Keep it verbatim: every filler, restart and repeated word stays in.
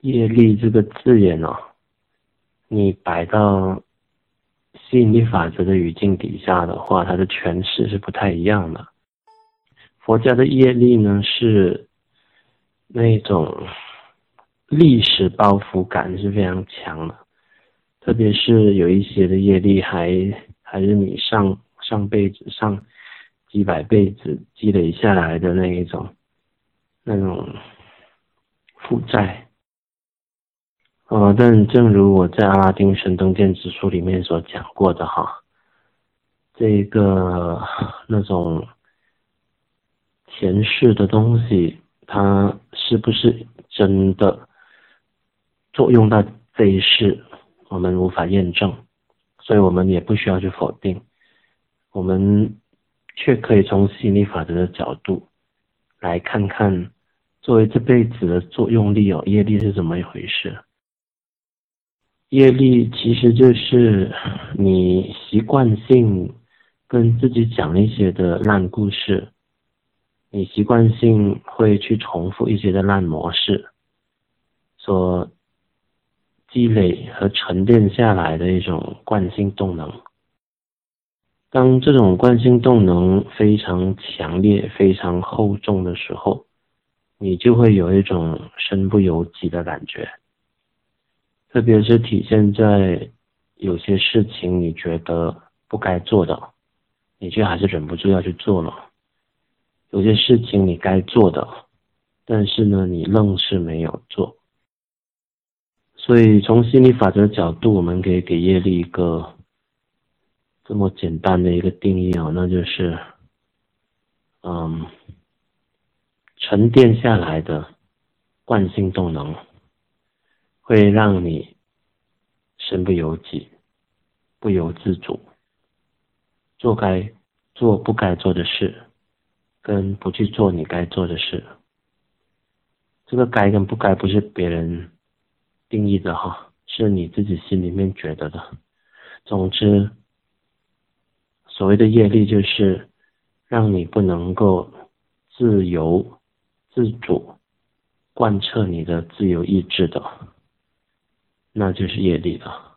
业力这个字眼哦，你摆到吸引力法则的语境底下的话，它的诠释是不太一样的。佛家的业力呢，是那种历史包袱感是非常强的，特别是有一些的业力还还是你上上辈子上几百辈子积累下来的那一种那种负债。呃，但正如我在《阿拉丁神灯剑之书》里面所讲过的哈，这个那种前世的东西，它是不是真的作用到这一世，我们无法验证，所以我们也不需要去否定，我们却可以从吸引力法则的角度来看看，作为这辈子的作用力哦，业力是怎么一回事。业力其实就是你习惯性跟自己讲一些的烂故事，你习惯性会去重复一些的烂模式，所积累和沉淀下来的一种惯性动能。当这种惯性动能非常强烈、非常厚重的时候，你就会有一种身不由己的感觉。特别是体现在有些事情你觉得不该做的，你却还是忍不住要去做了；有些事情你该做的，但是呢，你愣是没有做。所以从心理法则角度，我们可以给业力一个这么简单的一个定义哦，那就是嗯，沉淀下来的惯性动能会让你身不由己，不由自主，做该做不该做的事，跟不去做你该做的事。这个该跟不该不是别人定义的哈，是你自己心里面觉得的。总之，所谓的业力就是让你不能够自由自主贯彻你的自由意志的，那就是业力了。